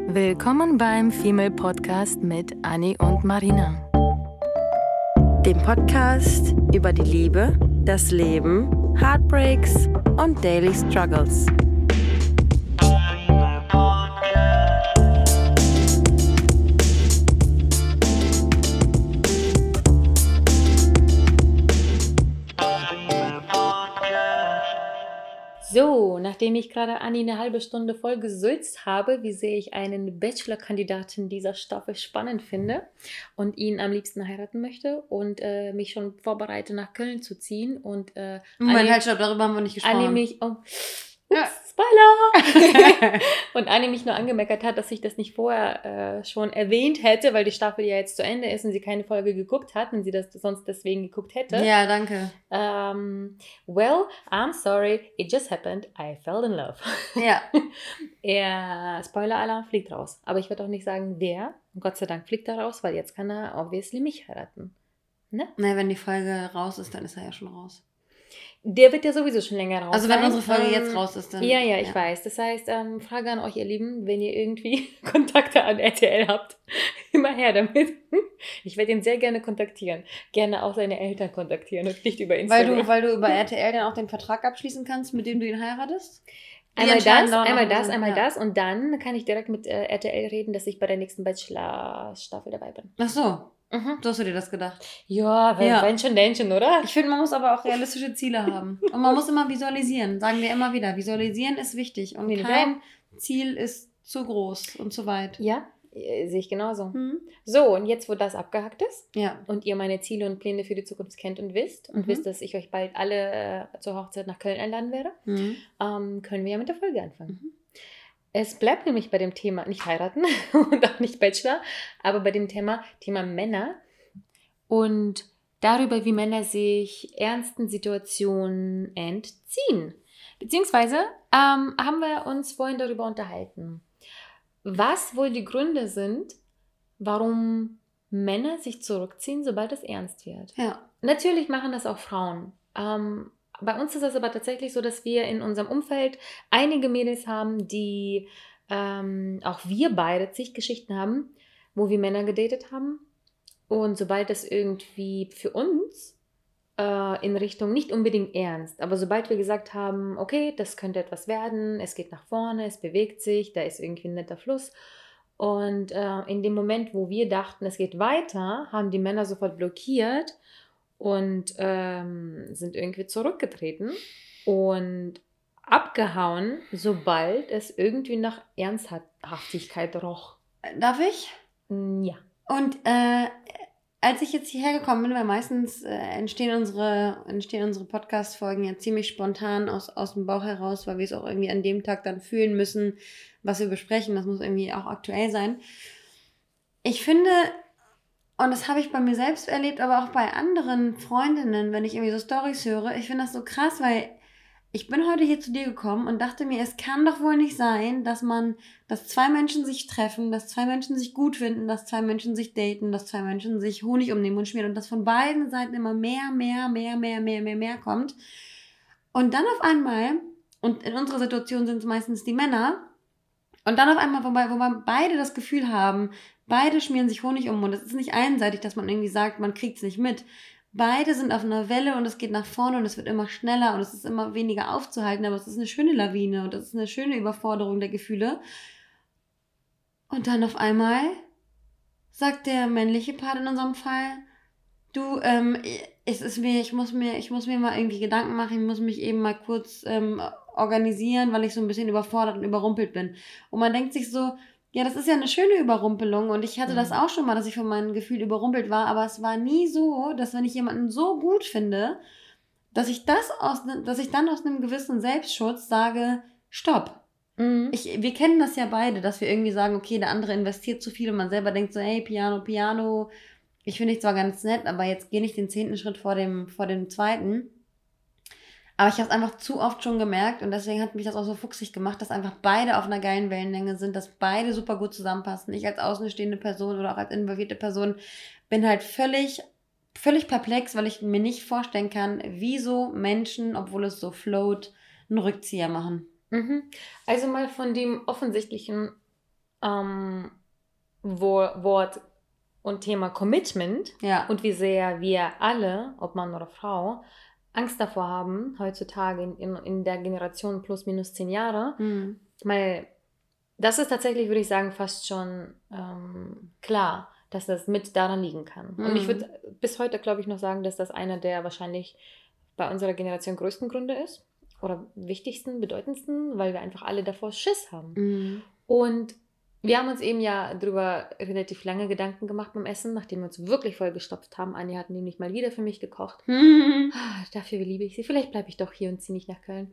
Willkommen beim Female Podcast mit Anni und Marina. Dem Podcast über die Liebe, das Leben, Heartbreaks und Daily Struggles. So, nachdem ich gerade Anni eine halbe Stunde voll gesülzt habe, wie sehr ich einen Bachelor-Kandidaten dieser Staffel spannend finde und ihn am liebsten heiraten möchte und mich schon vorbereite, nach Köln zu ziehen und Moment, halt, stopp, darüber haben wir nicht gesprochen. Anni mich, Spoiler! Und Anni mich nur angemeckert hat, dass ich das nicht vorher schon erwähnt hätte, weil die Staffel ja jetzt zu Ende ist und sie keine Folge geguckt hat und sie das sonst deswegen geguckt hätte. Ja, danke. Well, I'm sorry, it just happened. I fell in love. Ja. Spoiler-Alarm, fliegt raus. Aber ich werde auch nicht sagen, wer. Und Gott sei Dank fliegt er raus, weil jetzt kann er obviously mich heiraten. Ne? Na, wenn die Folge raus ist, dann ist er ja schon raus. Der wird ja sowieso schon länger raus. Also wenn unsere Folge jetzt raus ist, dann... Ja, ich weiß. Das heißt, Frage an euch, ihr Lieben, wenn ihr irgendwie Kontakte an RTL habt, immer her damit. Ich werde ihn sehr gerne kontaktieren. Gerne auch seine Eltern kontaktieren und nicht über Instagram. Weil du über RTL dann auch den Vertrag abschließen kannst, mit dem du ihn heiratest? Einmal das und dann kann ich direkt mit RTL reden, dass ich bei der nächsten Bachelor-Staffel dabei bin. Ach so. So hast du dir das gedacht? Ja, wenn schon, denn schon, oder? Ich finde, man muss aber auch realistische Ziele haben. Und man muss immer visualisieren, sagen wir immer wieder. Visualisieren ist wichtig und kein Ziel ist zu groß und zu weit. Ja, sehe ich genauso. So, und jetzt, wo das abgehakt ist und ihr meine Ziele und Pläne für die Zukunft kennt und wisst dass ich euch bald alle zur Hochzeit nach Köln einladen werde, können wir ja mit der Folge anfangen. Es bleibt nämlich bei dem Thema, nicht heiraten und auch nicht Bachelor, aber bei dem Thema Männer und darüber, wie Männer sich ernsten Situationen entziehen. Beziehungsweise haben wir uns vorhin darüber unterhalten, was wohl die Gründe sind, warum Männer sich zurückziehen, sobald es ernst wird. Ja. Natürlich machen das auch Frauen. Bei uns ist es aber tatsächlich so, dass wir in unserem Umfeld einige Mädels haben, die auch wir beide zig Geschichten haben, wo wir Männer gedatet haben. Und sobald es irgendwie für uns in Richtung nicht unbedingt ernst, aber sobald wir gesagt haben, okay, das könnte etwas werden, es geht nach vorne, es bewegt sich, da ist irgendwie ein netter Fluss. Und in dem Moment, wo wir dachten, es geht weiter, haben die Männer sofort blockiert und sind irgendwie zurückgetreten und abgehauen, sobald es irgendwie nach Ernsthaftigkeit roch. Darf ich? Ja. Und als ich jetzt hierher gekommen bin, weil meistens entstehen unsere Podcast-Folgen ja ziemlich spontan aus dem Bauch heraus, weil wir es auch irgendwie an dem Tag dann fühlen müssen, was wir besprechen. Das muss irgendwie auch aktuell sein. Ich finde... Und das habe ich bei mir selbst erlebt, aber auch bei anderen Freundinnen, wenn ich irgendwie so Storys höre. Ich finde das so krass, weil ich bin heute hier zu dir gekommen und dachte mir, es kann doch wohl nicht sein, dass zwei Menschen sich treffen, dass zwei Menschen sich gut finden, dass zwei Menschen sich daten, dass zwei Menschen sich Honig um den Mund schmieren und dass von beiden Seiten immer mehr kommt. Und dann auf einmal, und in unserer Situation sind es meistens die Männer, und dann auf einmal, wo beide das Gefühl haben, beide schmieren sich Honig um den Mund. Es ist nicht einseitig, dass man irgendwie sagt, man kriegt es nicht mit. Beide sind auf einer Welle und es geht nach vorne und es wird immer schneller und es ist immer weniger aufzuhalten, aber es ist eine schöne Lawine und es ist eine schöne Überforderung der Gefühle. Und dann auf einmal sagt der männliche Part in unserem Fall, du, ich muss mir mal irgendwie Gedanken machen, ich muss mich eben mal kurz organisieren, weil ich so ein bisschen überfordert und überrumpelt bin. Und man denkt sich so, ja, das ist ja eine schöne Überrumpelung und ich hatte das auch schon mal, dass ich von meinem Gefühl überrumpelt war, aber es war nie so, dass wenn ich jemanden so gut finde, dass ich dann aus einem gewissen Selbstschutz sage, stopp. Wir kennen das ja beide, dass wir irgendwie sagen, okay, der andere investiert zu viel und man selber denkt so, hey, Piano, ich finde dich zwar ganz nett, aber jetzt geh nicht den 10. Schritt vor dem 2. Aber ich habe es einfach zu oft schon gemerkt und deswegen hat mich das auch so fuchsig gemacht, dass einfach beide auf einer geilen Wellenlänge sind, dass beide super gut zusammenpassen. Ich als außenstehende Person oder auch als involvierte Person bin halt völlig perplex, weil ich mir nicht vorstellen kann, wieso Menschen, obwohl es so float, einen Rückzieher machen. Also mal von dem Offensichtlichen Wort und Thema Commitment Ja. und wie sehr wir alle, ob Mann oder Frau, Angst davor haben, heutzutage in der Generation plus minus 10 Jahre, Mhm. weil das ist tatsächlich, würde ich sagen, fast schon klar, dass das mit daran liegen kann. Und ich würde bis heute, glaube ich, noch sagen, dass das einer der wahrscheinlich bei unserer Generation größten Gründe ist oder wichtigsten, bedeutendsten, weil wir einfach alle davor Schiss haben. Mhm. Und wir haben uns eben ja darüber relativ lange Gedanken gemacht beim Essen, nachdem wir uns wirklich vollgestopft haben. Anja hat nämlich mal wieder für mich gekocht. Dafür liebe ich sie. Vielleicht bleibe ich doch hier und ziehe nicht nach Köln.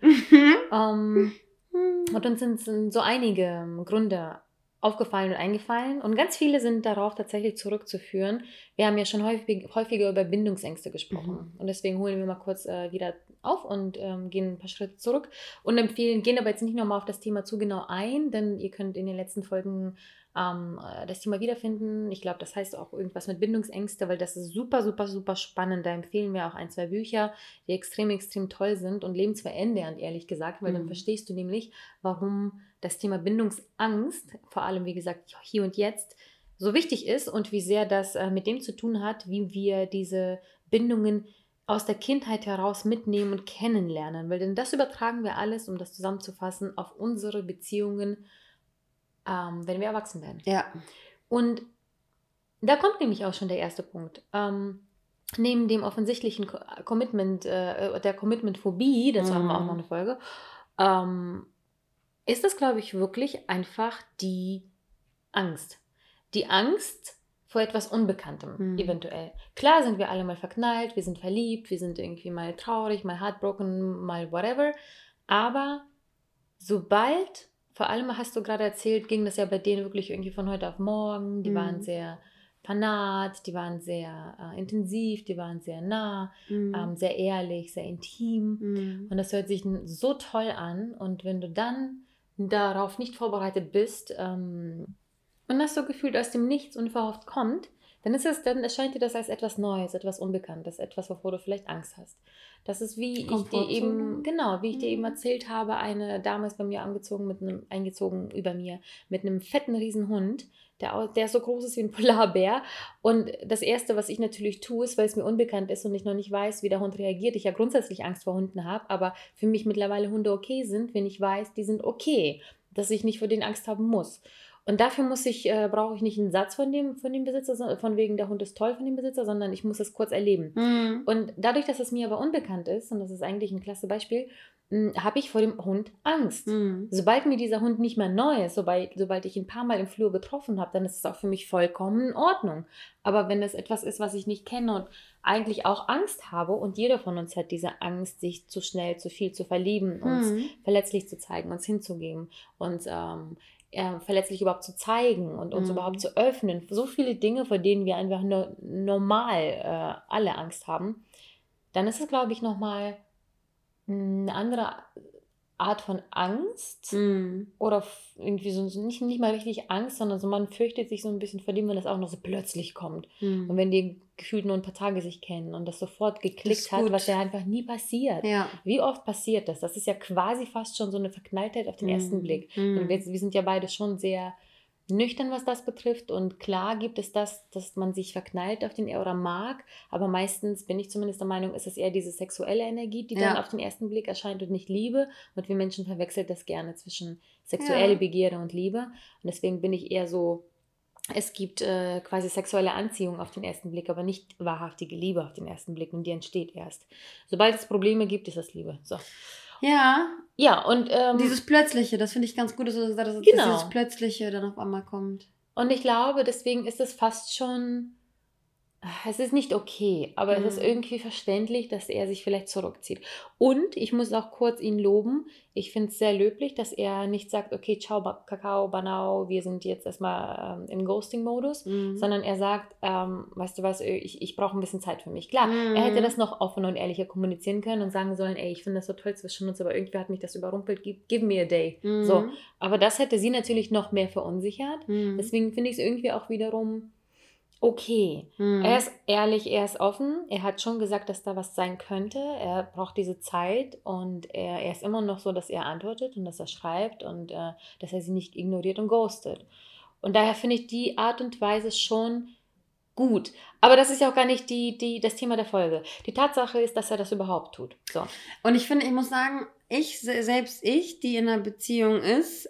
Und uns sind so einige Gründe aufgefallen und eingefallen. Und ganz viele sind darauf tatsächlich zurückzuführen. Wir haben ja schon häufiger über Bindungsängste gesprochen. Und deswegen holen wir mal kurz wieder auf und gehen ein paar Schritte zurück. Und gehen aber jetzt nicht nochmal auf das Thema zu genau ein, denn ihr könnt in den letzten Folgen das Thema wiederfinden. Ich glaube, das heißt auch irgendwas mit Bindungsängste, weil das ist super, super, super spannend. Da empfehlen wir auch 1, 2 Bücher, die extrem, extrem toll sind und lebensverändernd, ehrlich gesagt, weil dann verstehst du nämlich, warum das Thema Bindungsangst, vor allem, wie gesagt, hier und jetzt, so wichtig ist und wie sehr das mit dem zu tun hat, wie wir diese Bindungen aus der Kindheit heraus mitnehmen und kennenlernen. Weil denn das übertragen wir alles, um das zusammenzufassen, auf unsere Beziehungen, wenn wir erwachsen werden. Ja. Und da kommt nämlich auch schon der erste Punkt. Neben dem offensichtlichen Commitment, der Commitment-Phobie, dazu haben wir auch noch eine Folge, ist das, glaube ich, wirklich einfach die Angst. Die Angst vor etwas Unbekanntem, eventuell. Klar sind wir alle mal verknallt, wir sind verliebt, wir sind irgendwie mal traurig, mal heartbroken, mal whatever. Aber sobald, vor allem hast du gerade erzählt, ging das ja bei denen wirklich irgendwie von heute auf morgen. Die waren sehr fanat, die waren sehr intensiv, die waren sehr nah, sehr ehrlich, sehr intim. Und das hört sich so toll an. Und wenn du dann darauf nicht vorbereitet bist und das so gefühlt aus dem Nichts unverhofft kommt, dann erscheint dir das als etwas Neues, etwas Unbekanntes, etwas, wovor du vielleicht Angst hast. Das ist, wie ich dir eben erzählt habe, eine Dame ist bei mir eingezogen über mir mit einem fetten Riesenhund, der so groß ist wie ein Polarbär. Und das Erste, was ich natürlich tue, ist, weil es mir unbekannt ist und ich noch nicht weiß, wie der Hund reagiert. Ich ja grundsätzlich Angst vor Hunden habe, aber für mich mittlerweile Hunde okay sind, wenn ich weiß, die sind okay, dass ich nicht vor denen Angst haben muss. Und dafür brauche ich nicht einen Satz von dem Besitzer, von wegen der Hund ist toll von dem Besitzer, sondern ich muss es kurz erleben. Und dadurch, dass es mir aber unbekannt ist, und das ist eigentlich ein klasse Beispiel, habe ich vor dem Hund Angst. Sobald mir dieser Hund nicht mehr neu ist, sobald ich ihn ein paar Mal im Flur getroffen habe, dann ist es auch für mich vollkommen in Ordnung. Aber wenn es etwas ist, was ich nicht kenne und eigentlich auch Angst habe, und jeder von uns hat diese Angst, sich zu schnell, zu viel zu verlieben, uns verletzlich zu zeigen, uns hinzugeben, uns verletzlich überhaupt zu zeigen und uns überhaupt zu öffnen. So viele Dinge, vor denen wir einfach nur normal alle Angst haben. Dann ist es, glaube ich, nochmal eine andere Art von Angst oder irgendwie so nicht mal richtig Angst, sondern so man fürchtet sich so ein bisschen vor dem, wenn das auch noch so plötzlich kommt. Und wenn die gefühlt nur ein paar Tage sich kennen und das sofort geklickt hat, was ja einfach nie passiert. Ja. Wie oft passiert das? Das ist ja quasi fast schon so eine Verknalltheit auf den ersten Blick. Und wir sind ja beide schon sehr nüchtern, was das betrifft, und klar gibt es das, dass man sich verknallt auf den oder mag, aber meistens bin ich zumindest der Meinung, ist es eher diese sexuelle Energie, die dann auf den ersten Blick erscheint und nicht Liebe, und wir Menschen verwechseln das gerne zwischen sexuelle Begierde und Liebe, und deswegen bin ich eher so, es gibt quasi sexuelle Anziehung auf den ersten Blick, aber nicht wahrhaftige Liebe auf den ersten Blick, und die entsteht erst. Sobald es Probleme gibt, ist das Liebe. So. Ja, und dieses Plötzliche, das finde ich ganz gut, dass du gesagt hast, dass dieses Plötzliche dann auf einmal kommt. Und ich glaube, deswegen ist es fast schon, es ist nicht okay, aber es ist irgendwie verständlich, dass er sich vielleicht zurückzieht. Und ich muss auch kurz ihn loben. Ich finde es sehr löblich, dass er nicht sagt, okay, ciao, Kakao, Banau, wir sind jetzt erstmal im Ghosting-Modus, sondern er sagt, weißt du was, ich brauche ein bisschen Zeit für mich. Klar, er hätte das noch offener und ehrlicher kommunizieren können und sagen sollen, ey, ich finde das so toll zwischen uns, aber irgendwie hat mich das überrumpelt, give me a day. So, aber das hätte sie natürlich noch mehr verunsichert. Deswegen finde ich es irgendwie auch wiederum okay. Er ist ehrlich, er ist offen. Er hat schon gesagt, dass da was sein könnte. Er braucht diese Zeit, und er ist immer noch so, dass er antwortet und dass er schreibt und dass er sie nicht ignoriert und ghostet. Und daher finde ich die Art und Weise schon gut. Aber das ist ja auch gar nicht das Thema der Folge. Die Tatsache ist, dass er das überhaupt tut. So. Und ich finde, ich muss sagen, selbst ich, die in einer Beziehung ist,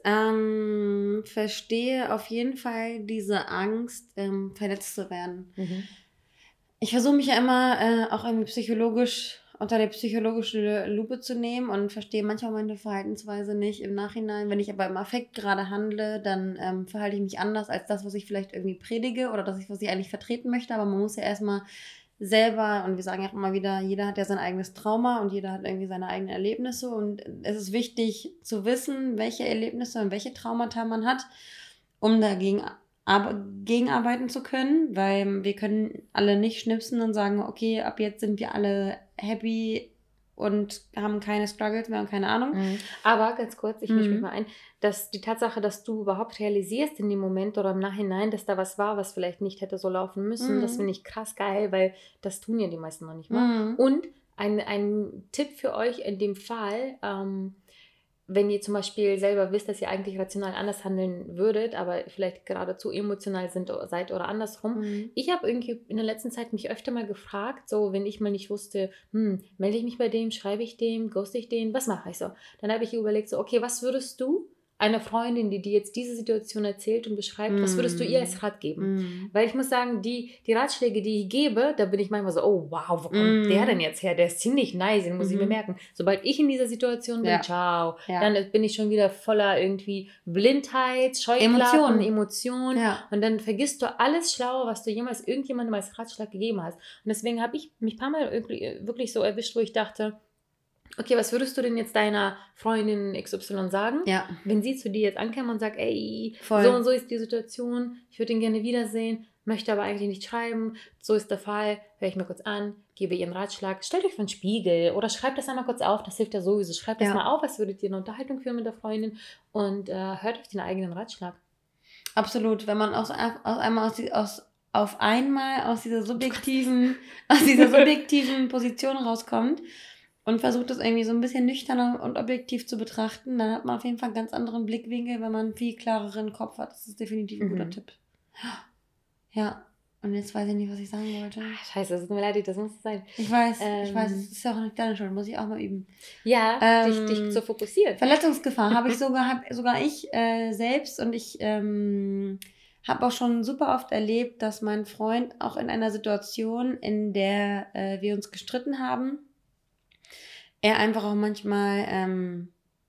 verstehe auf jeden Fall diese Angst, verletzt zu werden. Mhm. Ich versuche mich ja immer auch irgendwie psychologisch unter der psychologischen Lupe zu nehmen und verstehe manchmal meine Verhaltensweise nicht im Nachhinein. Wenn ich aber im Affekt gerade handle, dann verhalte ich mich anders als das, was ich vielleicht irgendwie predige oder was ich eigentlich vertreten möchte. Aber man muss ja erstmal selber, und wir sagen ja auch immer wieder, jeder hat ja sein eigenes Trauma und jeder hat irgendwie seine eigenen Erlebnisse. Und es ist wichtig zu wissen, welche Erlebnisse und welche Traumata man hat, um dagegen gegenarbeiten zu können, weil wir können alle nicht schnipsen und sagen, okay, ab jetzt sind wir alle happy und haben keine Struggles mehr und keine Ahnung. Aber ganz kurz, ich mische mich mal ein, dass die Tatsache, dass du überhaupt realisierst in dem Moment oder im Nachhinein, dass da was war, was vielleicht nicht hätte so laufen müssen, das finde ich krass geil, weil das tun ja die meisten noch nicht mal. Und ein Tipp für euch in dem Fall, wenn ihr zum Beispiel selber wisst, dass ihr eigentlich rational anders handeln würdet, aber vielleicht gerade zu emotional seid oder andersrum. Ich habe irgendwie in der letzten Zeit mich öfter mal gefragt, so wenn ich mal nicht wusste, melde ich mich bei dem, schreibe ich dem, ghoste ich den, was mache ich so? Dann habe ich überlegt, so okay, was würdest du einer Freundin, die dir jetzt diese Situation erzählt und beschreibt, was würdest du ihr als Rat geben? Weil ich muss sagen, die Ratschläge, die ich gebe, da bin ich manchmal so, oh wow, wo kommt der denn jetzt her? Der ist ziemlich nice, den muss ich mir merken. Sobald ich in dieser Situation bin, ciao, dann bin ich schon wieder voller irgendwie Blindheit, Scheuklappen, Emotionen und dann vergisst du alles Schlaue, was du jemals irgendjemandem als Ratschlag gegeben hast. Und deswegen habe ich mich ein paar Mal wirklich so erwischt, wo ich dachte, okay, was würdest du denn jetzt deiner Freundin XY sagen, wenn sie zu dir jetzt ankäme und sagt, ey, so und so ist die Situation, ich würde ihn gerne wiedersehen, möchte aber eigentlich nicht schreiben, so ist der Fall, höre ich mir kurz an, gebe ihr einen Ratschlag, stellt euch vor den Spiegel oder schreibt das einmal kurz auf, das hilft ja sowieso, schreibt das mal auf, als würdet ihr eine Unterhaltung führen mit der Freundin und hört euch den eigenen Ratschlag. Absolut, wenn man auf einmal aus dieser subjektiven Position rauskommt, und versucht das irgendwie so ein bisschen nüchterner und objektiv zu betrachten, dann hat man auf jeden Fall einen ganz anderen Blickwinkel, wenn man einen viel klareren Kopf hat. Das ist definitiv ein guter Tipp. Ja, und jetzt weiß ich nicht, was ich sagen wollte. Scheiße, es tut mir leid, das muss sein. Ich weiß, es ist ja auch nicht deine Schuld, muss ich auch mal üben. Ja, dich zu fokussieren. Verletzungsgefahr habe ich sogar ich selbst und ich habe auch schon super oft erlebt, dass mein Freund auch in einer Situation, in der wir uns gestritten haben, er einfach auch manchmal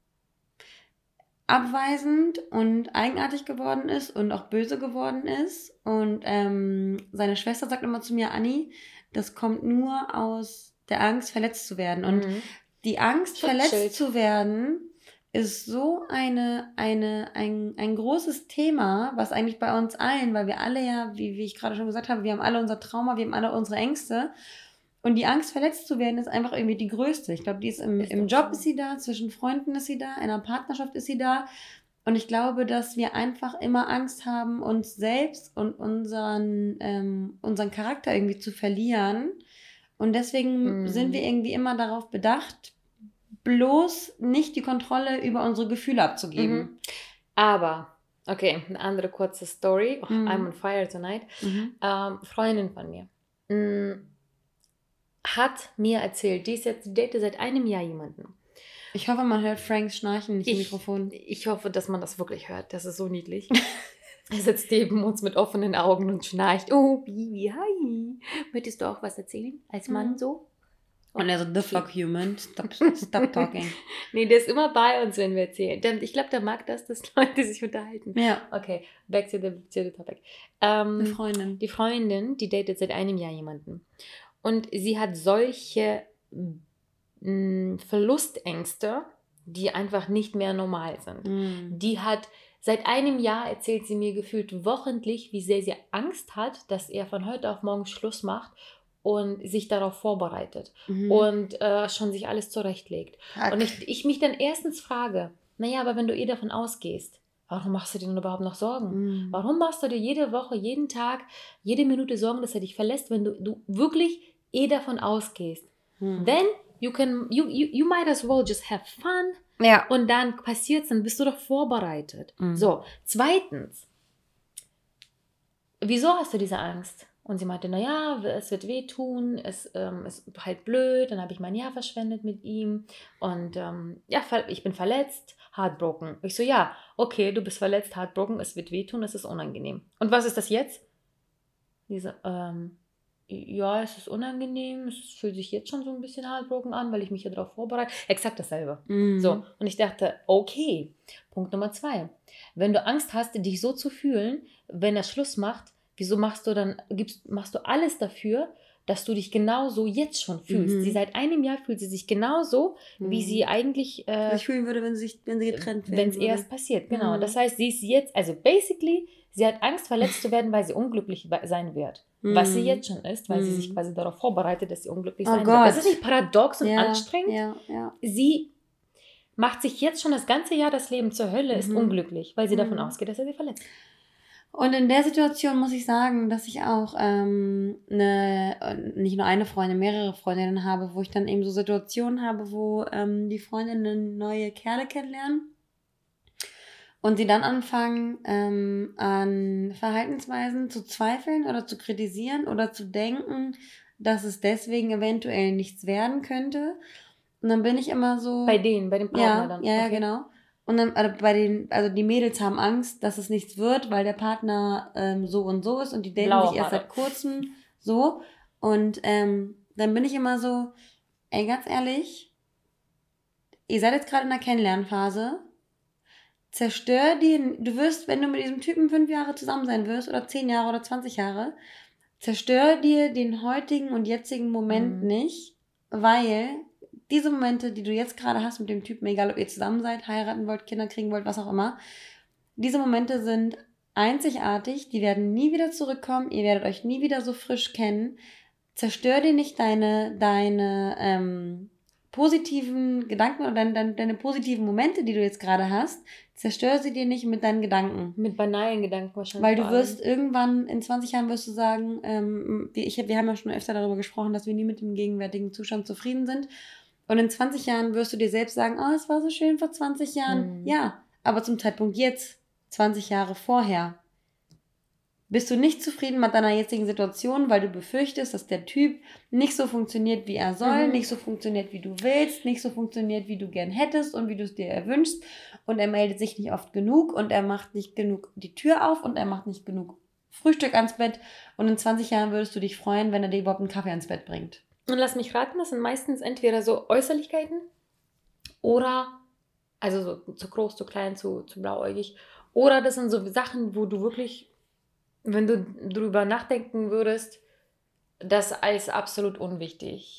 abweisend und eigenartig geworden ist und auch böse geworden ist. Und seine Schwester sagt immer zu mir, Anni, das kommt nur aus der Angst, verletzt zu werden. Und die Angst, verletzt zu werden, ist so ein großes Thema, was eigentlich bei uns allen, weil wir alle ja, wie ich gerade schon gesagt habe, wir haben alle unser Trauma, wir haben alle unsere Ängste. Und die Angst, verletzt zu werden, ist einfach irgendwie die größte. Ich glaube, die ist im Job ist sie da, zwischen Freunden ist sie da, in einer Partnerschaft ist sie da. Und ich glaube, dass wir einfach immer Angst haben, uns selbst und unseren Charakter irgendwie zu verlieren. Und deswegen sind wir irgendwie immer darauf bedacht, bloß nicht die Kontrolle über unsere Gefühle abzugeben. Aber, okay, eine andere kurze Story. Oh, I'm on fire tonight. Freundin von mir hat mir erzählt, die datet seit einem Jahr jemanden. Ich hoffe, man hört Franks Schnarchen nicht im Mikrofon. Ich hoffe, dass man das wirklich hört. Das ist so niedlich. Er sitzt neben uns mit offenen Augen und schnarcht. Oh, Bibi, hi. Möchtest du auch was erzählen? Als Mann so? Und er so, the fuck human, stop talking. Nee, der ist immer bei uns, wenn wir erzählen. Ich glaube, der mag das, dass Leute sich unterhalten. Ja. Okay, back to the topic. Die Freundin, die datet seit einem Jahr jemanden. Und sie hat solche Verlustängste, die einfach nicht mehr normal sind. Die hat seit einem Jahr, erzählt sie mir gefühlt wochentlich, wie sehr sie Angst hat, dass er von heute auf morgen Schluss macht und sich darauf vorbereitet und schon sich alles zurechtlegt. Und ich mich dann erstens frage, naja, aber wenn du davon ausgehst, warum machst du dir denn überhaupt noch Sorgen? Warum machst du dir jede Woche, jeden Tag, jede Minute Sorgen, dass er dich verlässt, wenn du wirklich davon ausgehst? Then you might as well just have fun. Ja. Und dann passiert's, dann bist du doch vorbereitet. So, zweitens, wieso hast du diese Angst? Und sie meinte, naja, es wird wehtun, es ist halt blöd, dann habe ich mein Jahr verschwendet mit ihm und ich bin verletzt, heartbroken. Ich so, ja, okay, du bist verletzt, heartbroken, es wird wehtun, es ist unangenehm. Und was ist das jetzt? Diese, ja, es ist unangenehm, es fühlt sich jetzt schon so ein bisschen heartbroken an, weil ich mich ja darauf vorbereite. Exakt dasselbe. So, und ich dachte, okay, Punkt Nummer 2. Wenn du Angst hast, dich so zu fühlen, wenn er Schluss macht, wieso machst du alles dafür, dass du dich genauso jetzt schon fühlst? Sie seit einem Jahr fühlt sie sich genauso, wie sie eigentlich sich fühlen würde, wenn sie getrennt wären. Wenn es erst passiert, genau. Das heißt, sie ist jetzt, also basically, sie hat Angst, verletzt zu werden, weil sie unglücklich sein wird. Was sie jetzt schon ist, weil sie sich quasi darauf vorbereitet, dass sie unglücklich sein wird. Das ist nicht paradox und anstrengend. Ja. Sie macht sich jetzt schon das ganze Jahr das Leben zur Hölle, ist unglücklich, weil sie davon ausgeht, dass er sie verletzt. Und in der Situation muss ich sagen, dass ich auch nicht nur eine Freundin, mehrere Freundinnen habe, wo ich dann eben so Situationen habe, wo die Freundinnen neue Kerle kennenlernen und sie dann anfangen, an Verhaltensweisen zu zweifeln oder zu kritisieren oder zu denken, dass es deswegen eventuell nichts werden könnte. Und dann bin ich immer so... Bei dem Partner dann? Ja, genau. Und dann die Mädels haben Angst, dass es nichts wird, weil der Partner so und so ist und die daten sich erst seit kurzem so. Und dann bin ich immer so, ey, ganz ehrlich, ihr seid jetzt gerade in der Kennenlernphase, du wirst, wenn du mit diesem Typen 5 Jahre zusammen sein wirst oder 10 Jahre oder 20 Jahre, zerstör dir den heutigen und jetzigen Moment nicht, weil diese Momente, die du jetzt gerade hast mit dem Typen, egal ob ihr zusammen seid, heiraten wollt, Kinder kriegen wollt, was auch immer, diese Momente sind einzigartig, die werden nie wieder zurückkommen, ihr werdet euch nie wieder so frisch kennen. Zerstör dir nicht deine positiven Gedanken oder deine positiven Momente, die du jetzt gerade hast, zerstör sie dir nicht mit deinen Gedanken. Mit banalen Gedanken wahrscheinlich. Weil du wirst irgendwann, in 20 Jahren wirst du sagen, wir haben ja schon öfter darüber gesprochen, dass wir nie mit dem gegenwärtigen Zustand zufrieden sind. Und in 20 Jahren wirst du dir selbst sagen, oh, es war so schön vor 20 Jahren. Ja, aber zum Zeitpunkt jetzt, 20 Jahre vorher, bist du nicht zufrieden mit deiner jetzigen Situation, weil du befürchtest, dass der Typ nicht so funktioniert, wie er soll, nicht so funktioniert, wie du willst, nicht so funktioniert, wie du gern hättest und wie du es dir erwünschst. Und er meldet sich nicht oft genug und er macht nicht genug die Tür auf und er macht nicht genug Frühstück ans Bett. Und in 20 Jahren würdest du dich freuen, wenn er dir überhaupt einen Kaffee ans Bett bringt. Und lass mich raten, das sind meistens entweder so Äußerlichkeiten oder, also so zu groß, zu klein, zu blauäugig. Oder das sind so Sachen, wo du wirklich, wenn du drüber nachdenken würdest, das ist absolut unwichtig.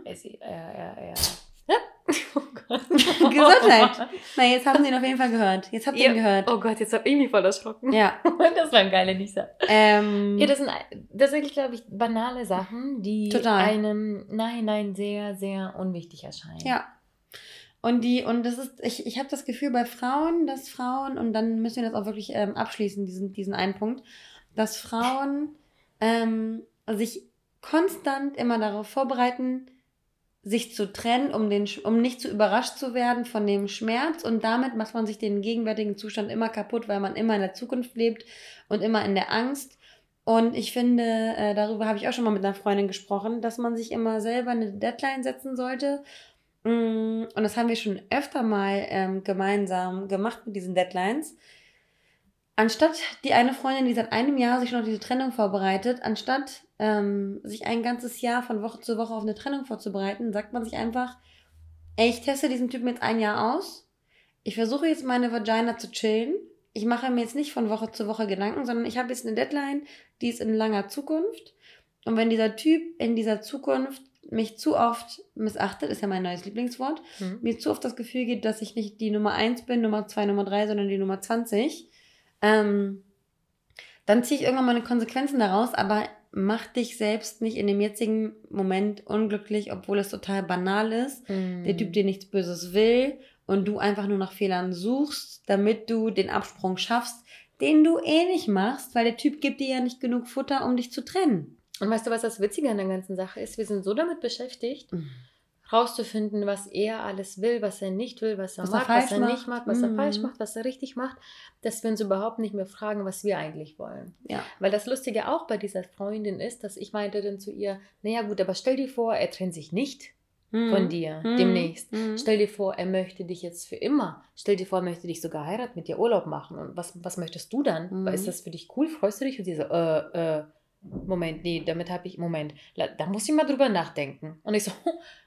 Oh Gott. Gesundheit. Na, jetzt haben sie ihn auf jeden Fall gehört. Jetzt habt ihr ihn gehört. Oh Gott, jetzt hab ich mich voll erschrocken. Ja. Das war ein geiler Nisa. Das sind tatsächlich, glaube ich, banale Sachen, die einem Nachhinein sehr, sehr unwichtig erscheinen. Ja. Und das ist, ich habe das Gefühl bei Frauen, dass Frauen, und dann müssen wir das auch wirklich abschließen, diesen einen Punkt, dass Frauen sich konstant immer darauf vorbereiten, sich zu trennen, um nicht zu überrascht zu werden von dem Schmerz, und damit macht man sich den gegenwärtigen Zustand immer kaputt, weil man immer in der Zukunft lebt und immer in der Angst. Und ich finde, darüber habe ich auch schon mal mit einer Freundin gesprochen, dass man sich immer selber eine Deadline setzen sollte. Und das haben wir schon öfter mal gemeinsam gemacht mit diesen Deadlines. Anstatt die eine Freundin, die seit einem Jahr sich schon auf diese Trennung vorbereitet, anstatt sich ein ganzes Jahr von Woche zu Woche auf eine Trennung vorzubereiten, sagt man sich einfach, ey, ich teste diesen Typen jetzt ein Jahr aus, ich versuche jetzt meine Vagina zu chillen, ich mache mir jetzt nicht von Woche zu Woche Gedanken, sondern ich habe jetzt eine Deadline, die ist in langer Zukunft, und wenn dieser Typ in dieser Zukunft mich zu oft missachtet, ist ja mein neues Lieblingswort, mir zu oft das Gefühl gibt, dass ich nicht die Nummer 1 bin, Nummer 2, Nummer 3, sondern die Nummer 20, dann ziehe ich irgendwann meine Konsequenzen daraus, aber mach dich selbst nicht in dem jetzigen Moment unglücklich, obwohl es total banal ist, der Typ dir nichts Böses will und du einfach nur nach Fehlern suchst, damit du den Absprung schaffst, den du eh nicht machst, weil der Typ gibt dir ja nicht genug Futter, um dich zu trennen. Und weißt du, was das Witzige an der ganzen Sache ist? Wir sind so damit beschäftigt, rauszufinden, was er alles will, was er nicht will, was er Was er mag, falsch was er nicht mag, was er macht. falsch macht, was er richtig macht, dass wir uns überhaupt nicht mehr fragen, was wir eigentlich wollen. Ja. Weil das Lustige auch bei dieser Freundin ist, dass ich meinte dann zu ihr, naja gut, aber stell dir vor, er trennt sich nicht von dir demnächst. Stell dir vor, er möchte dich jetzt für immer. Stell dir vor, er möchte dich sogar heiraten, mit dir Urlaub machen. Und was möchtest du dann? Ist das für dich cool? Freust du dich? Und sie so, Moment, nee, da muss ich mal drüber nachdenken. Und ich so,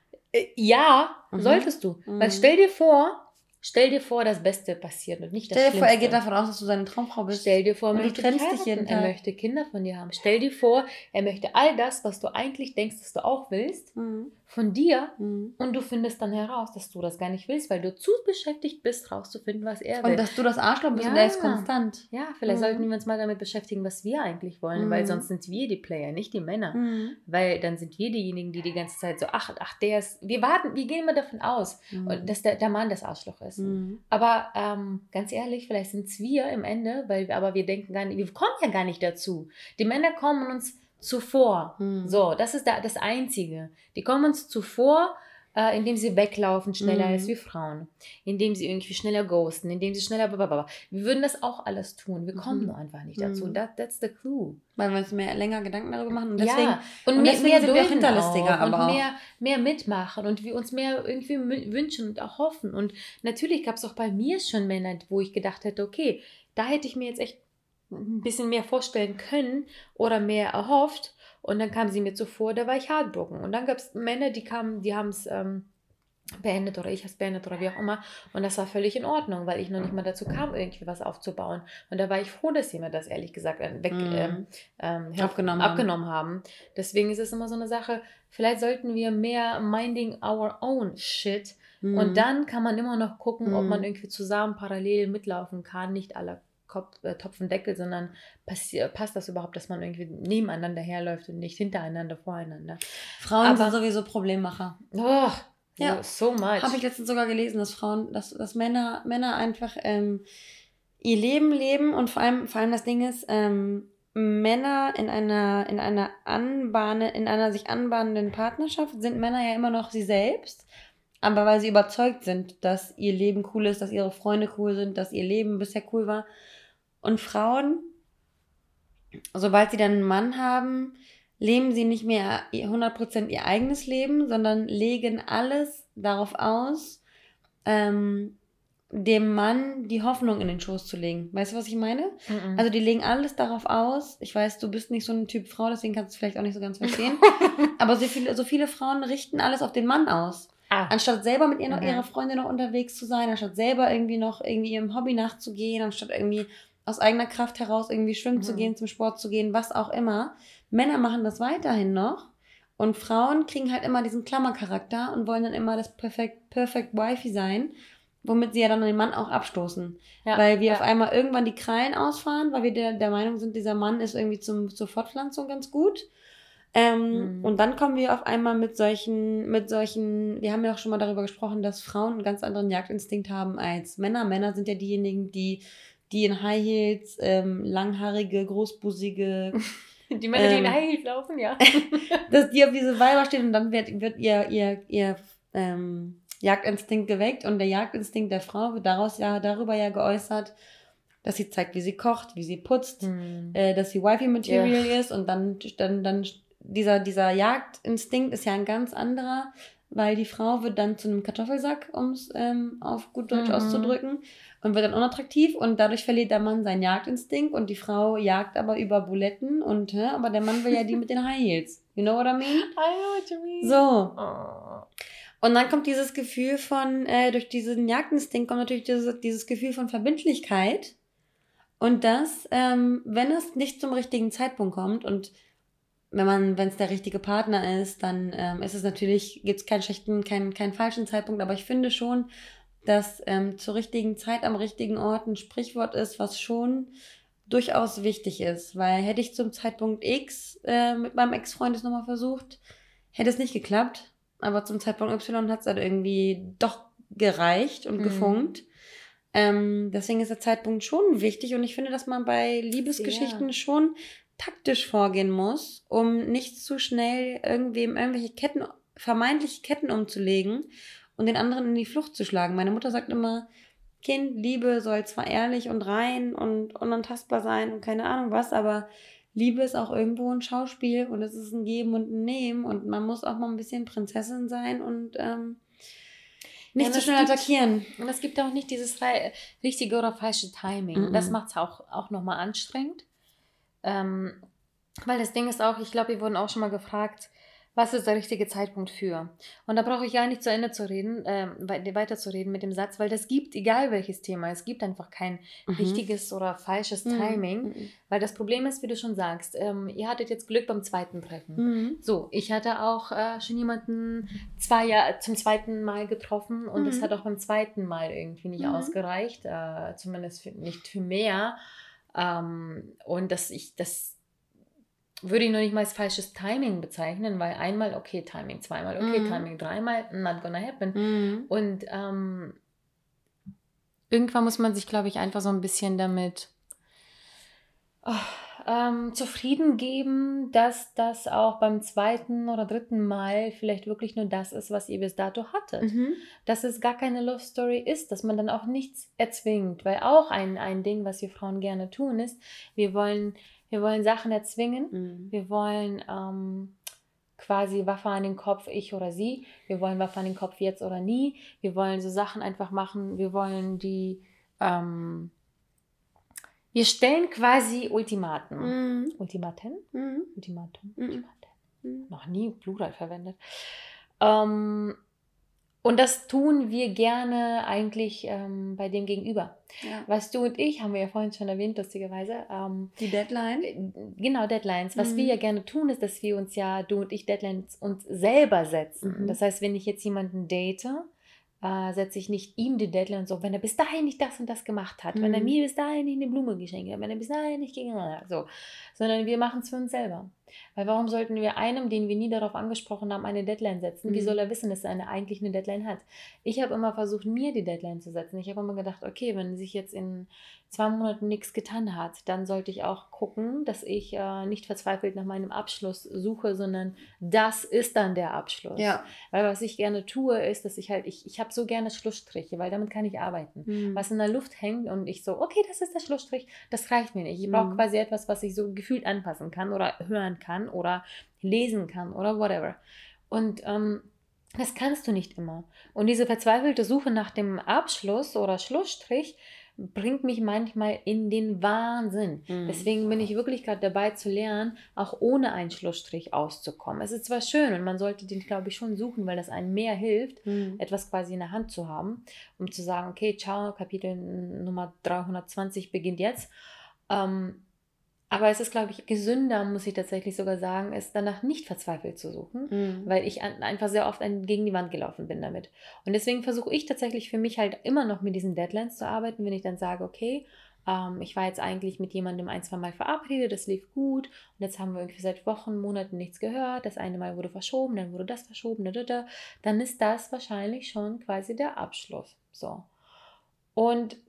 ja, solltest du. Weil stell dir vor, das Beste passiert und nicht das Stell dir vor, er Schlimmste. geht davon aus, dass du seine Traumfrau bist. Stell dir vor, Und er du möchte trennst dich dich jeden heiraten, er Tag. möchte Kinder von dir haben. Stell dir vor, er möchte all das, was du eigentlich denkst, dass du auch willst, von dir, und du findest dann heraus, dass du das gar nicht willst, weil du zu beschäftigt bist, rauszufinden, was er will. Und dass du das Arschloch bist Ja. und er ist konstant. Ja, vielleicht sollten wir uns mal damit beschäftigen, was wir eigentlich wollen, weil sonst sind wir die Player, nicht die Männer. Weil dann sind wir diejenigen, die ganze Zeit so, ach, der ist, wir gehen immer davon aus, dass der Mann das Arschloch ist. Aber ganz ehrlich, vielleicht sind es wir im Ende, aber wir denken gar nicht, wir kommen ja gar nicht dazu. Die Männer kommen uns zuvor. So, das ist das Einzige. Die kommen uns zuvor, indem sie weglaufen schneller als wir Frauen, indem sie irgendwie schneller ghosten, indem sie schneller blablabla. Wir würden das auch alles tun. Wir kommen nur einfach nicht dazu. That's the clue. Weil wir uns länger Gedanken darüber machen. Und deswegen, ja, und deswegen mehr sind wir dulden hinterlistiger. auch und Aber mehr mitmachen und wir uns mehr irgendwie wünschen und auch hoffen. Und natürlich gab es auch bei mir schon Männer, wo ich gedacht hätte, okay, da hätte ich mir jetzt echt ein bisschen mehr vorstellen können oder mehr erhofft. Und dann kam sie mir zuvor, da war ich heartbroken. Und dann gab es Männer, die haben es beendet oder ich habe es beendet oder wie auch immer. Und das war völlig in Ordnung, weil ich noch nicht mal dazu kam, irgendwie was aufzubauen. Und da war ich froh, dass sie mir das ehrlich gesagt abgenommen haben. Deswegen ist es immer so eine Sache, vielleicht sollten wir mehr minding our own shit. Und dann kann man immer noch gucken, ob man irgendwie zusammen parallel mitlaufen kann, nicht alle Topf und Deckel, sondern passt das überhaupt, dass man irgendwie nebeneinander herläuft und nicht hintereinander, voreinander. Frauen sind sowieso Problemmacher. Oh, ja, so much. Habe ich letztens sogar gelesen, dass Männer einfach ihr Leben leben und vor allem das Ding ist, Männer in einer sich anbahnenden Partnerschaft sind Männer ja immer noch sie selbst, aber weil sie überzeugt sind, dass ihr Leben cool ist, dass ihre Freunde cool sind, dass ihr Leben bisher cool war. Und Frauen, sobald sie dann einen Mann haben, leben sie nicht mehr 100% ihr eigenes Leben, sondern legen alles darauf aus, dem Mann die Hoffnung in den Schoß zu legen. Weißt du, was ich meine? Also die legen alles darauf aus. Ich weiß, du bist nicht so ein Typ Frau, deswegen kannst du es vielleicht auch nicht so ganz verstehen. Aber so viele Frauen richten alles auf den Mann aus. Anstatt selber mit ihrer Freundin noch unterwegs zu sein, anstatt selber irgendwie ihrem Hobby nachzugehen, anstatt irgendwie aus eigener Kraft heraus irgendwie schwimmen zu gehen, zum Sport zu gehen, was auch immer. Männer machen das weiterhin noch und Frauen kriegen halt immer diesen Klammercharakter und wollen dann immer das Perfect Wifey sein, womit sie ja dann den Mann auch abstoßen. Ja, weil wir auf einmal irgendwann die Krallen ausfahren, weil wir der Meinung sind, dieser Mann ist irgendwie zur Fortpflanzung ganz gut. Und dann kommen wir auf einmal mit solchen, wir haben ja auch schon mal darüber gesprochen, dass Frauen einen ganz anderen Jagdinstinkt haben als Männer. Männer sind ja diejenigen, die in High Heels, langhaarige, großbusige... Die Männer, die in High Heels laufen, ja. Dass die auf diese Weiber stehen und dann wird ihr Jagdinstinkt geweckt und der Jagdinstinkt der Frau wird darüber geäußert, dass sie zeigt, wie sie kocht, wie sie putzt, dass sie Wifey-Material ist und dann dieser Jagdinstinkt ist ja ein ganz anderer, weil die Frau wird dann zu einem Kartoffelsack, um es auf gut Deutsch auszudrücken, und wird dann unattraktiv und dadurch verliert der Mann seinen Jagdinstinkt und die Frau jagt aber über Buletten aber der Mann will ja die mit den High Heels. You know what I mean? I know what you mean. So. Und dann kommt dieses Gefühl durch diesen Jagdinstinkt kommt natürlich dieses Gefühl von Verbindlichkeit und das, wenn es nicht zum richtigen Zeitpunkt kommt und wenn es der richtige Partner ist, dann ist es natürlich, gibt es keinen falschen Zeitpunkt, aber ich finde schon, dass zur richtigen Zeit am richtigen Ort ein Sprichwort ist, was schon durchaus wichtig ist, weil hätte ich zum Zeitpunkt X mit meinem Ex-Freund es nochmal versucht, hätte es nicht geklappt, aber zum Zeitpunkt Y hat es halt irgendwie doch gereicht und gefunkt. Deswegen ist der Zeitpunkt schon wichtig und ich finde, dass man bei Liebesgeschichten schon taktisch vorgehen muss, um nicht zu schnell irgendwelche Ketten vermeintliche Ketten umzulegen und den anderen in die Flucht zu schlagen. Meine Mutter sagt immer, Kind, Liebe soll zwar ehrlich und rein und unantastbar sein und keine Ahnung was, aber Liebe ist auch irgendwo ein Schauspiel und es ist ein Geben und ein Nehmen und man muss auch mal ein bisschen Prinzessin sein und nicht zu schnell attackieren. Und es gibt auch nicht dieses richtige oder falsche Timing. Das macht es auch nochmal anstrengend. Weil das Ding ist auch, ich glaube, wir wurden auch schon mal gefragt, was ist der richtige Zeitpunkt für? Und da brauche ich gar nicht zu Ende zu reden, weiterzureden mit dem Satz, weil das gibt, egal welches Thema, es gibt einfach kein richtiges oder falsches Timing, weil das Problem ist, wie du schon sagst, ihr hattet jetzt Glück beim zweiten Treffen. So, ich hatte auch schon jemanden zum zweiten Mal getroffen und es hat auch beim zweiten Mal irgendwie nicht ausgereicht, zumindest nicht für mehr. Und das würde ich noch nicht mal als falsches Timing bezeichnen, weil einmal okay Timing, zweimal okay Timing, dreimal not gonna happen. Und irgendwann muss man sich, glaube ich, einfach so ein bisschen damit zufrieden geben, dass das auch beim zweiten oder dritten Mal vielleicht wirklich nur das ist, was ihr bis dato hattet. Dass es gar keine Love Story ist, dass man dann auch nichts erzwingt, weil auch ein Ding, was wir Frauen gerne tun, ist, wir wollen Sachen erzwingen. Wir wollen quasi Waffe an den Kopf, ich oder sie. Wir wollen Waffe an den Kopf jetzt oder nie. Wir wollen so Sachen einfach machen. Wir wollen wir stellen quasi Ultimaten. Ultimaten? Ultimatum. Noch nie Plural verwendet. Und das tun wir gerne eigentlich bei dem Gegenüber. Ja. Was du und ich, haben wir ja vorhin schon erwähnt, lustigerweise. Die Deadline? Genau, Deadlines. Was wir ja gerne tun, ist, dass wir uns du und ich, Deadlines uns selber setzen. Das heißt, wenn ich jetzt jemanden date, setze ich nicht ihm die Deadline so, wenn er bis dahin nicht das und das gemacht hat, wenn er mir bis dahin nicht eine Blume geschenkt hat, wenn er bis dahin nicht so, sondern wir machen es für uns selber. Weil warum sollten wir einem, den wir nie darauf angesprochen haben, eine Deadline setzen? Wie soll er wissen, dass er eigentlich eine Deadline hat? Ich habe immer versucht, mir die Deadline zu setzen. Ich habe immer gedacht, okay, wenn sich jetzt in 2 Monaten nichts getan hat, dann sollte ich auch gucken, dass ich nicht verzweifelt nach meinem Abschluss suche, sondern das ist dann der Abschluss. Ja. Weil was ich gerne tue, ist, dass ich habe so gerne Schlussstriche, weil damit kann ich arbeiten. Was in der Luft hängt und ich so, okay, das ist der Schlussstrich, das reicht mir nicht. Ich brauche quasi etwas, was ich so gefühlt anpassen kann oder hören kann oder lesen kann oder whatever. Und das kannst du nicht immer. Und diese verzweifelte Suche nach dem Abschluss oder Schlussstrich bringt mich manchmal in den Wahnsinn. Deswegen bin ich wirklich gerade dabei zu lernen, auch ohne einen Schlussstrich auszukommen. Es ist zwar schön und man sollte den, glaube ich, schon suchen, weil das einem mehr hilft, etwas quasi in der Hand zu haben, um zu sagen, okay, ciao, Kapitel Nummer 320 beginnt jetzt. Aber es ist, glaube ich, gesünder, muss ich tatsächlich sogar sagen, es danach nicht verzweifelt zu suchen, weil ich einfach sehr oft gegen die Wand gelaufen bin damit. Und deswegen versuche ich tatsächlich für mich halt immer noch mit diesen Deadlines zu arbeiten, wenn ich dann sage, okay, ich war jetzt eigentlich mit jemandem 1-2 Mal verabredet, das lief gut und jetzt haben wir irgendwie seit Wochen, Monaten nichts gehört, das eine Mal wurde verschoben, dann wurde das verschoben, dann ist das wahrscheinlich schon quasi der Abschluss. So. Und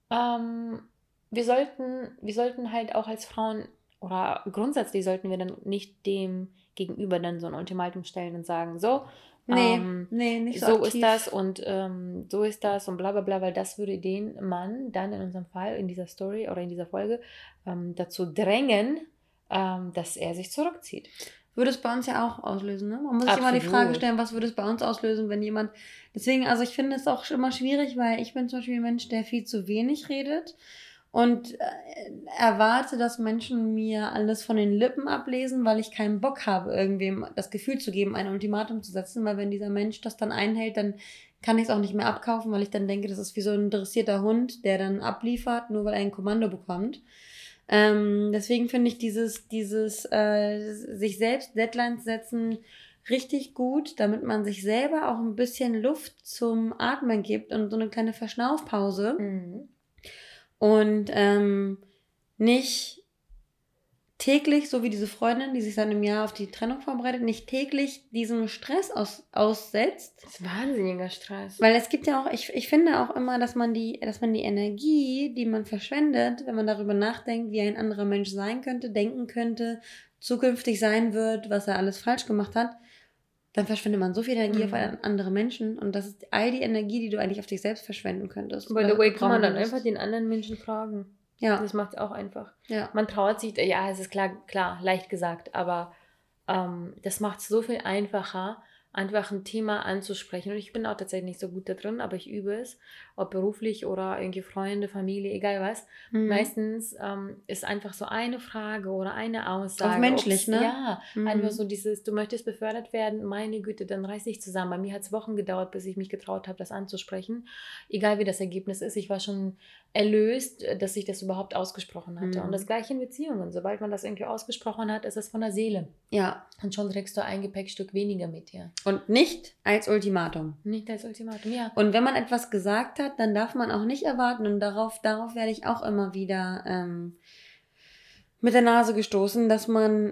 wir sollten halt auch als Frauen oder grundsätzlich sollten wir dann nicht dem Gegenüber dann so ein Ultimatum stellen und sagen, so, nicht so ist das und so ist das und bla bla bla, weil das würde den Mann dann in unserem Fall, in dieser Story oder in dieser Folge dazu drängen, dass er sich zurückzieht. Würde es bei uns ja auch auslösen, ne? Man muss sich immer die Frage stellen, was würde es bei uns auslösen, wenn jemand... Deswegen, also ich finde es auch immer schwierig, weil ich bin zum Beispiel ein Mensch, der viel zu wenig redet und erwarte, dass Menschen mir alles von den Lippen ablesen, weil ich keinen Bock habe, irgendwem das Gefühl zu geben, ein Ultimatum zu setzen, weil wenn dieser Mensch das dann einhält, dann kann ich es auch nicht mehr abkaufen, weil ich dann denke, das ist wie so ein dressierter Hund, der dann abliefert, nur weil er ein Kommando bekommt. Deswegen finde ich dieses sich selbst Deadlines setzen richtig gut, damit man sich selber auch ein bisschen Luft zum Atmen gibt und so eine kleine Verschnaufpause. Und nicht täglich, so wie diese Freundin, die sich seit einem Jahr auf die Trennung vorbereitet, nicht täglich diesem Stress aussetzt. Das ist wahnsinniger Stress. Weil es gibt ja auch, ich finde auch immer, dass man die Energie, die man verschwendet, wenn man darüber nachdenkt, wie ein anderer Mensch sein könnte, denken könnte, zukünftig sein wird, was er alles falsch gemacht hat, dann verschwendet man so viel Energie auf andere Menschen und das ist all die Energie, die du eigentlich auf dich selbst verschwenden könntest. By the way, kann man dann einfach den anderen Menschen fragen. Ja. Das macht es auch einfach. Ja. Man traut sich, ja, es ist klar, leicht gesagt, aber das macht es so viel einfacher, einfach ein Thema anzusprechen. Und ich bin auch tatsächlich nicht so gut da drin, aber ich übe es, ob beruflich oder irgendwie Freunde, Familie, egal was. Meistens ist einfach so eine Frage oder eine Aussage. Auch menschlich, ne? Ja, einfach so dieses, du möchtest befördert werden, meine Güte, dann reiß dich zusammen. Bei mir hat es Wochen gedauert, bis ich mich getraut habe, das anzusprechen. Egal wie das Ergebnis ist, ich war schon erlöst, dass ich das überhaupt ausgesprochen hatte. Und das Gleiche in Beziehungen. Sobald man das irgendwie ausgesprochen hat, ist es von der Seele. Ja. Und schon trägst du ein Gepäckstück weniger mit dir. Und nicht als Ultimatum. Nicht als Ultimatum, ja. Und wenn man etwas gesagt hat, dann darf man auch nicht erwarten, und darauf werde ich auch immer wieder mit der Nase gestoßen, dass man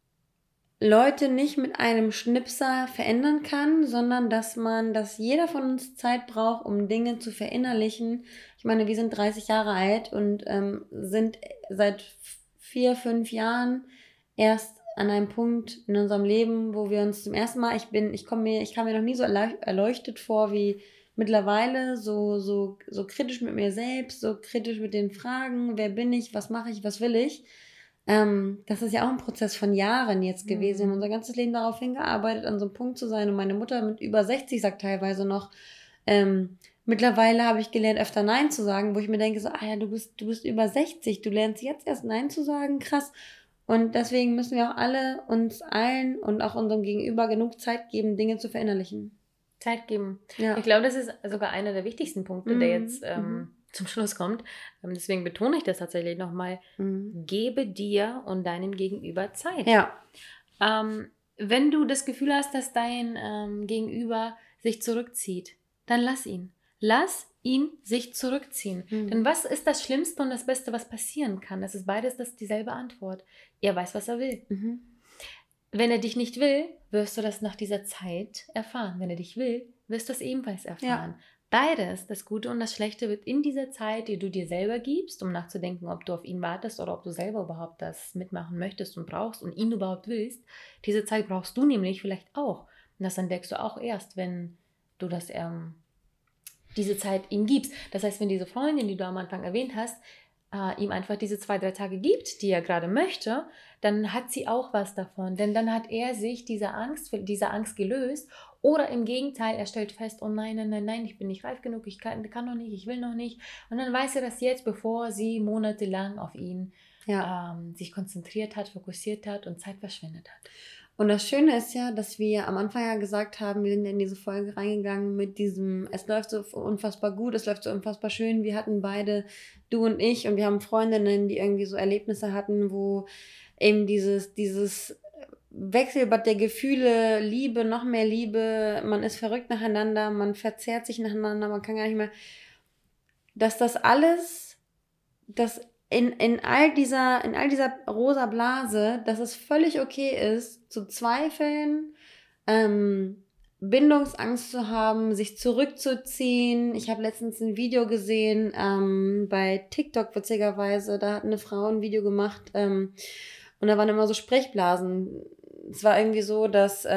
Leute nicht mit einem Schnipser verändern kann, sondern dass jeder von uns Zeit braucht, um Dinge zu verinnerlichen. Ich meine, wir sind 30 Jahre alt und sind seit 4-5 Jahren erst an einem Punkt in unserem Leben, wo wir uns zum ersten Mal, ich kam mir noch nie so erleuchtet vor wie mittlerweile, so kritisch mit mir selbst, so kritisch mit den Fragen, wer bin ich, was mache ich, was will ich. Das ist ja auch ein Prozess von Jahren jetzt gewesen. Wir haben unser ganzes Leben darauf hingearbeitet, an so einem Punkt zu sein. Und meine Mutter mit über 60 sagt teilweise noch, mittlerweile habe ich gelernt, öfter Nein zu sagen, wo ich mir denke, so, ja, du bist über 60, du lernst jetzt erst Nein zu sagen, krass. Und deswegen müssen wir auch alle uns allen und auch unserem Gegenüber genug Zeit geben, Dinge zu verinnerlichen. Zeit geben. Ja. Ich glaube, das ist sogar einer der wichtigsten Punkte, der jetzt zum Schluss kommt. Deswegen betone ich das tatsächlich nochmal. Gebe dir und deinem Gegenüber Zeit. Ja. Wenn du das Gefühl hast, dass dein Gegenüber sich zurückzieht, dann lass ihn. Lass ihn sich zurückziehen. Denn was ist das Schlimmste und das Beste, was passieren kann? Es ist beides dieselbe Antwort. Er weiß, was er will. Wenn er dich nicht will, wirst du das nach dieser Zeit erfahren. Wenn er dich will, wirst du es ebenfalls erfahren. Ja. Beides, das Gute und das Schlechte, wird in dieser Zeit, die du dir selber gibst, um nachzudenken, ob du auf ihn wartest oder ob du selber überhaupt das mitmachen möchtest und brauchst und ihn überhaupt willst. Diese Zeit brauchst du nämlich vielleicht auch. Und das entdeckst du auch erst, wenn du das diese Zeit ihm gibst. Das heißt, wenn diese Freundin, die du am Anfang erwähnt hast, ihm einfach diese 2-3 Tage gibt, die er gerade möchte, dann hat sie auch was davon. Denn dann hat er sich dieser Angst gelöst. Oder im Gegenteil, er stellt fest, oh nein, ich bin nicht reif genug, ich kann noch nicht, ich will noch nicht. Und dann weiß er das jetzt, bevor sie monatelang auf ihn sich konzentriert hat, fokussiert hat und Zeit verschwendet hat. Und das Schöne ist ja, dass wir am Anfang ja gesagt haben, wir sind ja in diese Folge reingegangen mit diesem, es läuft so unfassbar gut, es läuft so unfassbar schön. Wir hatten beide, du und ich, und wir haben Freundinnen, die irgendwie so Erlebnisse hatten, wo eben dieses Wechselbad der Gefühle, Liebe, noch mehr Liebe, man ist verrückt nacheinander, man verzehrt sich nacheinander, man kann gar nicht mehr, dass das alles, das in all dieser rosa Blase, dass es völlig okay ist, zu zweifeln, Bindungsangst zu haben, sich zurückzuziehen. Ich habe letztens ein Video gesehen, bei TikTok witzigerweise, da hat eine Frau ein Video gemacht, und da waren immer so Sprechblasen. Es war irgendwie so, dass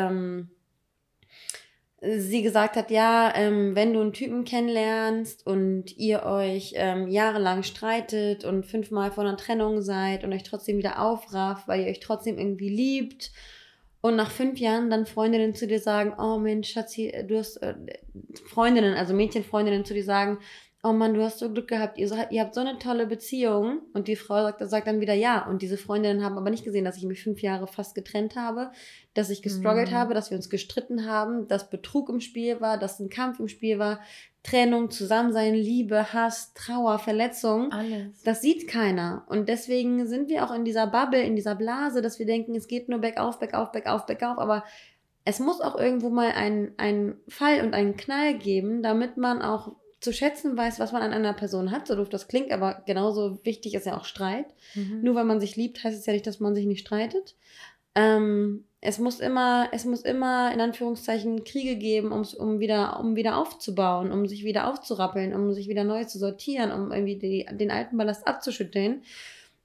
sie gesagt hat, ja, wenn du einen Typen kennenlernst und ihr euch jahrelang streitet und 5-mal vor einer Trennung seid und euch trotzdem wieder aufrafft, weil ihr euch trotzdem irgendwie liebt, und nach 5 Jahren dann Freundinnen zu dir sagen, oh Mensch, Schatzi, du hast Freundinnen, also Mädchenfreundinnen zu dir sagen, oh Mann, du hast so Glück gehabt, ihr habt so eine tolle Beziehung, und die Frau sagt dann wieder ja, und diese Freundinnen haben aber nicht gesehen, dass ich mich 5 Jahre fast getrennt habe, dass ich gestruggelt habe, dass wir uns gestritten haben, dass Betrug im Spiel war, dass ein Kampf im Spiel war, Trennung, Zusammensein, Liebe, Hass, Trauer, Verletzung. Alles. Das sieht keiner, und deswegen sind wir auch in dieser Bubble, in dieser Blase, dass wir denken, es geht nur bergauf, bergauf, bergauf, bergauf, aber es muss auch irgendwo mal einen Fall und einen Knall geben, damit man auch zu schätzen weiß, was man an einer Person hat, so doof das klingt, aber genauso wichtig ist ja auch Streit. Nur weil man sich liebt, heißt es ja nicht, dass man sich nicht streitet. Es muss immer in Anführungszeichen Kriege geben, um wieder aufzubauen, um sich wieder aufzurappeln, um sich wieder neu zu sortieren, um irgendwie den alten Ballast abzuschütteln.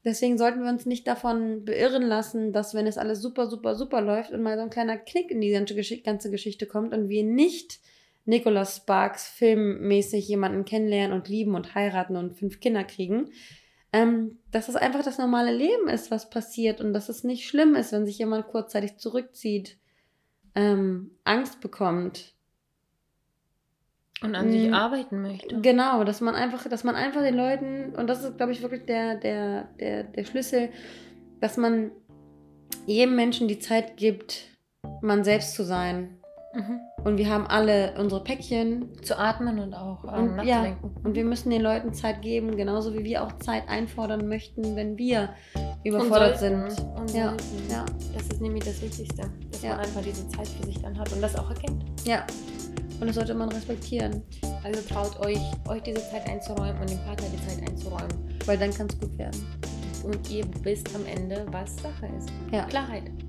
Deswegen sollten wir uns nicht davon beirren lassen, dass wenn es alles super, super, super läuft und mal so ein kleiner Knick in die ganze Geschichte kommt und wir nicht Nicholas Sparks filmmäßig jemanden kennenlernen und lieben und heiraten und 5 Kinder kriegen, dass es einfach das normale Leben ist, was passiert und dass es nicht schlimm ist, wenn sich jemand kurzzeitig zurückzieht, Angst bekommt. Und an sich arbeiten möchte. Genau, dass man einfach den Leuten, und das ist, glaube ich, wirklich der Schlüssel, dass man jedem Menschen die Zeit gibt, man selbst zu sein. Und wir haben alle unsere Päckchen. Zu atmen und auch nachzudenken. Ja, und wir müssen den Leuten Zeit geben, genauso wie wir auch Zeit einfordern möchten, wenn wir überfordert sind. Ja. Das ist nämlich das Wichtigste, dass man einfach diese Zeit für sich dann hat und das auch erkennt. Ja, und das sollte man respektieren. Also traut euch diese Zeit einzuräumen und dem Partner die Zeit einzuräumen. Weil dann kann es gut werden. Und ihr wisst am Ende, was Sache ist. Ja. Klarheit.